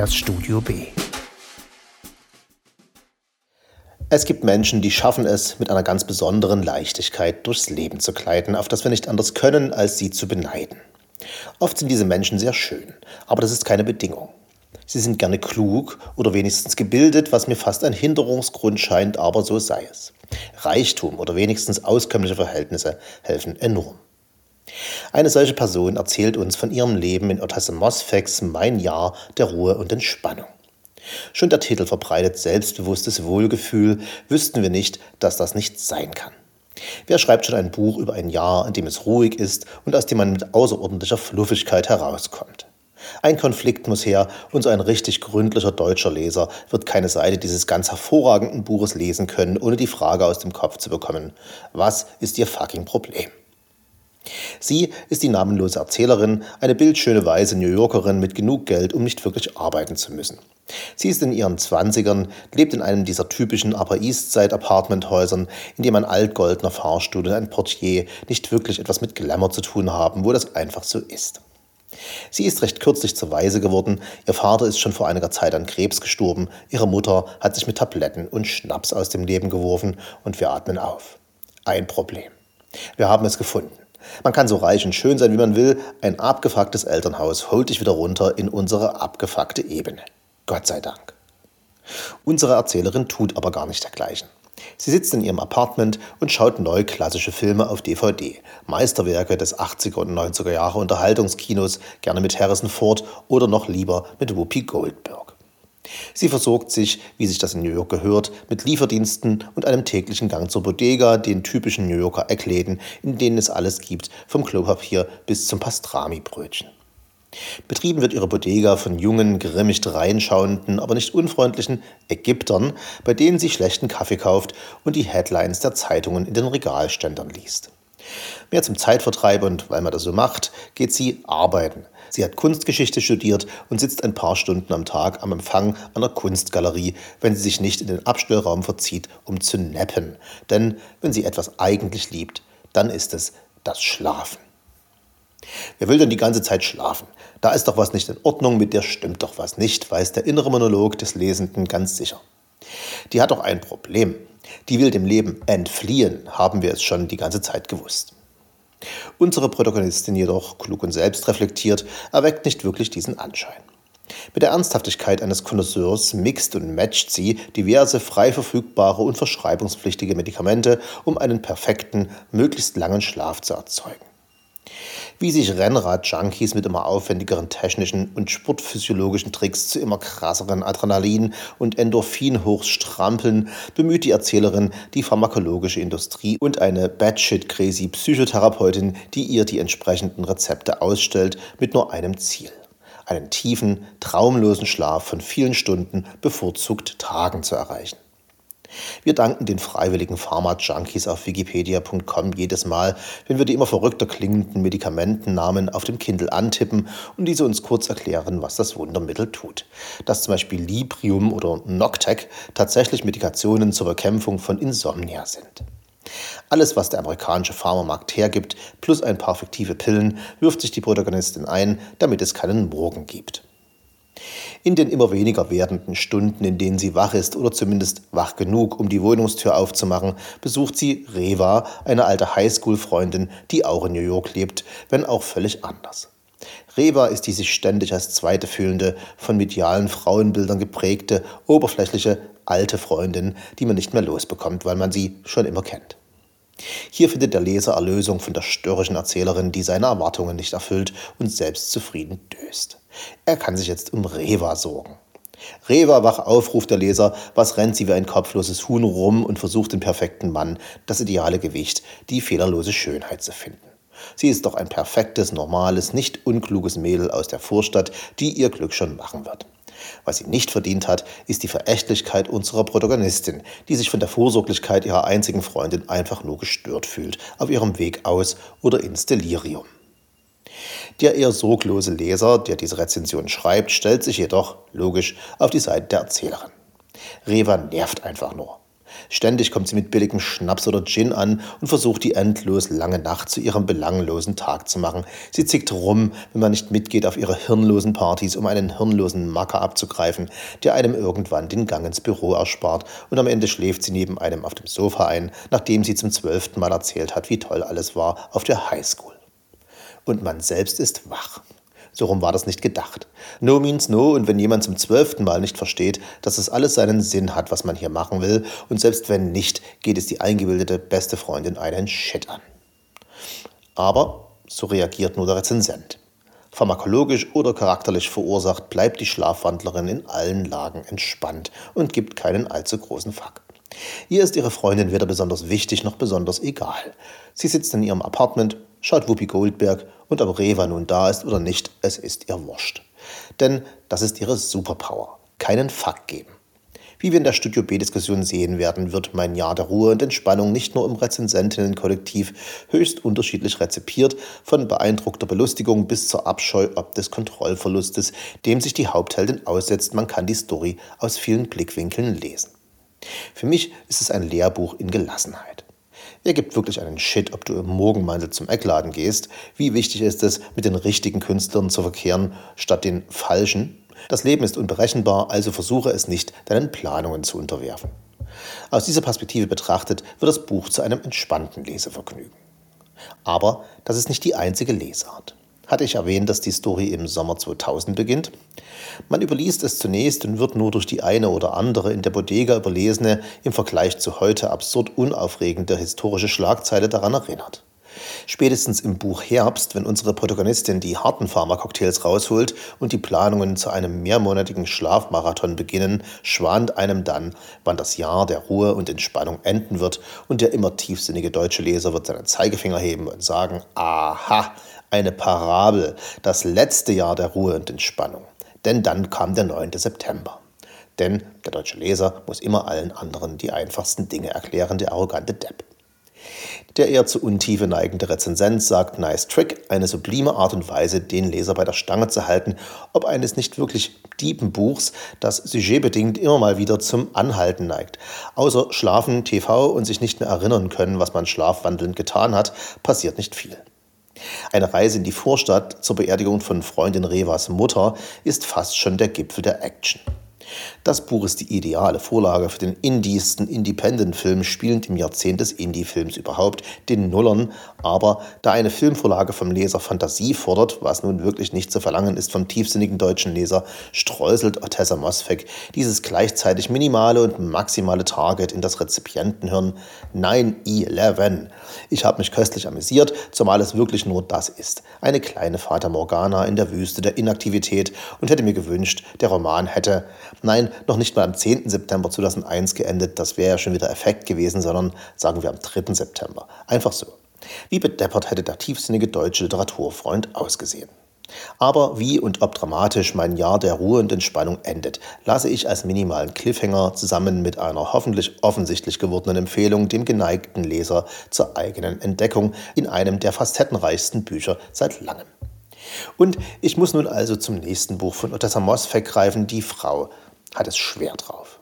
das Studio B. Es gibt Menschen, die schaffen es, mit einer ganz besonderen Leichtigkeit durchs Leben zu gleiten, auf das wir nicht anders können, als sie zu beneiden. Oft sind diese Menschen sehr schön, aber das ist keine Bedingung. Sie sind gerne klug oder wenigstens gebildet, was mir fast ein Hinderungsgrund scheint, aber so sei es. Reichtum oder wenigstens auskömmliche Verhältnisse helfen enorm. Eine solche Person erzählt uns von ihrem Leben in Otaze Mosfegs Mein Jahr der Ruhe und Entspannung. Schon der Titel verbreitet selbstbewusstes Wohlgefühl, wüssten wir nicht, dass das nicht sein kann. Wer schreibt schon ein Buch über ein Jahr, in dem es ruhig ist und aus dem man mit außerordentlicher Fluffigkeit herauskommt? Ein Konflikt muss her und so ein richtig gründlicher deutscher Leser wird keine Seite dieses ganz hervorragenden Buches lesen können, ohne die Frage aus dem Kopf zu bekommen: Was ist Ihr fucking Problem? Sie ist die namenlose Erzählerin, eine bildschöne weiße New Yorkerin mit genug Geld, um nicht wirklich arbeiten zu müssen. Sie ist in ihren 20ern, lebt in einem dieser typischen Upper East Side Apartmenthäusern, in dem ein altgoldener Fahrstuhl und ein Portier nicht wirklich etwas mit Glamour zu tun haben, wo das einfach so ist. Sie ist recht kürzlich zur Waise geworden, ihr Vater ist schon vor einiger Zeit an Krebs gestorben, ihre Mutter hat sich mit Tabletten und Schnaps aus dem Leben geworfen und wir atmen auf. Ein Problem. Wir haben es gefunden. Man kann so reich und schön sein, wie man will, ein abgefucktes Elternhaus holt dich wieder runter in unsere abgefuckte Ebene. Gott sei Dank. Unsere Erzählerin tut aber gar nicht dergleichen. Sie sitzt in ihrem Apartment und schaut neuklassische Filme auf DVD. Meisterwerke des 80er und 90er Jahre Unterhaltungskinos, gerne mit Harrison Ford oder noch lieber mit Whoopi Goldberg. Sie versorgt sich, wie sich das in New York gehört, mit Lieferdiensten und einem täglichen Gang zur Bodega, den typischen New Yorker Eckläden, in denen es alles gibt, vom Klopapier bis zum Pastrami-Brötchen. Betrieben wird ihre Bodega von jungen, grimmig dreinschauenden, aber nicht unfreundlichen Ägyptern, bei denen sie schlechten Kaffee kauft und die Headlines der Zeitungen in den Regalständern liest. Mehr zum Zeitvertreib und weil man das so macht, geht sie arbeiten. Sie hat Kunstgeschichte studiert und sitzt ein paar Stunden am Tag am Empfang einer Kunstgalerie, wenn sie sich nicht in den Abstellraum verzieht, um zu nappen. Denn wenn sie etwas eigentlich liebt, dann ist es das Schlafen. Wer will denn die ganze Zeit schlafen? Da ist doch was nicht in Ordnung, mit der stimmt doch was nicht, weiß der innere Monolog des Lesenden ganz sicher. Die hat doch ein Problem. Die will dem Leben entfliehen, haben wir es schon die ganze Zeit gewusst. Unsere Protagonistin jedoch, klug und selbstreflektiert, erweckt nicht wirklich diesen Anschein. Mit der Ernsthaftigkeit eines Connoisseurs mixt und matcht sie diverse frei verfügbare und verschreibungspflichtige Medikamente, um einen perfekten, möglichst langen Schlaf zu erzeugen. Wie sich Rennrad-Junkies mit immer aufwendigeren technischen und sportphysiologischen Tricks zu immer krasseren Adrenalin- und Endorphin-Hochs strampeln, bemüht die Erzählerin die pharmakologische Industrie und eine batshit-crazy Psychotherapeutin, die ihr die entsprechenden Rezepte ausstellt, mit nur einem Ziel: einen tiefen, traumlosen Schlaf von vielen Stunden, bevorzugt Tagen zu erreichen. Wir danken den freiwilligen Pharma-Junkies auf wikipedia.com jedes Mal, wenn wir die immer verrückter klingenden Medikamentennamen auf dem Kindle antippen und diese uns kurz erklären, was das Wundermittel tut. Dass zum Beispiel Librium oder Noctec tatsächlich Medikationen zur Bekämpfung von Insomnia sind. Alles, was der amerikanische Pharmamarkt hergibt, plus ein paar fiktive Pillen, wirft sich die Protagonistin ein, damit es keinen Morgen gibt. In den immer weniger werdenden Stunden, in denen sie wach ist oder zumindest wach genug, um die Wohnungstür aufzumachen, besucht sie Reva, eine alte Highschool-Freundin, die auch in New York lebt, wenn auch völlig anders. Reva ist die sich ständig als Zweite fühlende, von medialen Frauenbildern geprägte, oberflächliche, alte Freundin, die man nicht mehr losbekommt, weil man sie schon immer kennt. Hier findet der Leser Erlösung von der störrischen Erzählerin, die seine Erwartungen nicht erfüllt und selbstzufrieden döst. Er kann sich jetzt um Reva sorgen. Reva, wach auf, ruft der Leser, was rennt sie wie ein kopfloses Huhn rum und versucht den perfekten Mann, das ideale Gewicht, die fehlerlose Schönheit zu finden. Sie ist doch ein perfektes, normales, nicht unkluges Mädel aus der Vorstadt, die ihr Glück schon machen wird. Was sie nicht verdient hat, ist die Verächtlichkeit unserer Protagonistin, die sich von der Vorsorglichkeit ihrer einzigen Freundin einfach nur gestört fühlt, auf ihrem Weg aus oder ins Delirium. Der eher sorglose Leser, der diese Rezension schreibt, stellt sich jedoch, logisch, auf die Seite der Erzählerin. Reva nervt einfach nur. Ständig kommt sie mit billigem Schnaps oder Gin an und versucht, die endlos lange Nacht zu ihrem belanglosen Tag zu machen. Sie zickt rum, wenn man nicht mitgeht auf ihre hirnlosen Partys, um einen hirnlosen Macker abzugreifen, der einem irgendwann den Gang ins Büro erspart, und am Ende schläft sie neben einem auf dem Sofa ein, nachdem sie zum 12. Mal erzählt hat, wie toll alles war auf der Highschool. Und man selbst ist wach. So rum war das nicht gedacht. No means no, und wenn jemand zum 12. Mal nicht versteht, dass es alles seinen Sinn hat, was man hier machen will, und selbst wenn nicht, geht es die eingebildete beste Freundin einen Shit an. Aber so reagiert nur der Rezensent. Pharmakologisch oder charakterlich verursacht, bleibt die Schlafwandlerin in allen Lagen entspannt und gibt keinen allzu großen Fuck. Ihr ist ihre Freundin weder besonders wichtig noch besonders egal. Sie sitzt in ihrem Apartment, schaut Whoopi Goldberg, und ob Reva nun da ist oder nicht, es ist ihr wurscht. Denn das ist ihre Superpower. Keinen Fuck geben. Wie wir in der Studio B-Diskussion sehen werden, wird mein Jahr der Ruhe und Entspannung nicht nur im Rezensentinnen-Kollektiv höchst unterschiedlich rezipiert, von beeindruckter Belustigung bis zur Abscheu ob des Kontrollverlustes, dem sich die Hauptheldin aussetzt. Man kann die Story aus vielen Blickwinkeln lesen. Für mich ist es ein Lehrbuch in Gelassenheit. Wer gibt wirklich einen Shit, ob du im Morgenmantel zum Eckladen gehst? Wie wichtig ist es, mit den richtigen Künstlern zu verkehren, statt den falschen? Das Leben ist unberechenbar, also versuche es nicht, deinen Planungen zu unterwerfen. Aus dieser Perspektive betrachtet wird das Buch zu einem entspannten Lesevergnügen. Aber das ist nicht die einzige Lesart. Hatte ich erwähnt, dass die Story im Sommer 2000 beginnt? Man überliest es zunächst und wird nur durch die eine oder andere in der Bodega überlesene, im Vergleich zu heute absurd unaufregende historische Schlagzeile daran erinnert. Spätestens im Buch Herbst, wenn unsere Protagonistin die harten Pharmacocktails rausholt und die Planungen zu einem mehrmonatigen Schlafmarathon beginnen, schwant einem dann, wann das Jahr der Ruhe und Entspannung enden wird, und der immer tiefsinnige deutsche Leser wird seinen Zeigefinger heben und sagen: Aha, eine Parabel, das letzte Jahr der Ruhe und Entspannung. Denn dann kam der 9. September. Denn der deutsche Leser muss immer allen anderen die einfachsten Dinge erklären, der arrogante Depp. Der eher zur Untiefe neigende Rezensent sagt: Nice trick, eine sublime Art und Weise, den Leser bei der Stange zu halten, ob eines nicht wirklich tiefen Buchs, das sujetbedingt immer mal wieder zum Anhalten neigt. Außer Schlafen, TV und sich nicht mehr erinnern können, was man schlafwandelnd getan hat, passiert nicht viel. Eine Reise in die Vorstadt zur Beerdigung von Freundin Revas Mutter ist fast schon der Gipfel der Action. Das Buch ist die ideale Vorlage für den indiesten Independent-Film, spielend im Jahrzehnt des Indie-Films überhaupt, den Nullern. Aber da eine Filmvorlage vom Leser Fantasie fordert, was nun wirklich nicht zu verlangen ist vom tiefsinnigen deutschen Leser, streuselt Ottessa Moschweg dieses gleichzeitig minimale und maximale Target in das Rezipientenhirn: 9/11. Ich habe mich köstlich amüsiert, zumal es wirklich nur das ist. Eine kleine Fata Morgana in der Wüste der Inaktivität, und hätte mir gewünscht, der Roman hätte, nein, noch nicht mal am 10. September 2001 geendet, das wäre ja schon wieder Effekt gewesen, sondern sagen wir am 3. September. Einfach so. Wie bedeppert hätte der tiefsinnige deutsche Literaturfreund ausgesehen. Aber wie und ob dramatisch mein Jahr der Ruhe und Entspannung endet, lasse ich als minimalen Cliffhanger zusammen mit einer hoffentlich offensichtlich gewordenen Empfehlung dem geneigten Leser zur eigenen Entdeckung in einem der facettenreichsten Bücher seit langem. Und ich muss nun also zum nächsten Buch von Ottessa Moschweg greifen. Die Frau hat es schwer drauf.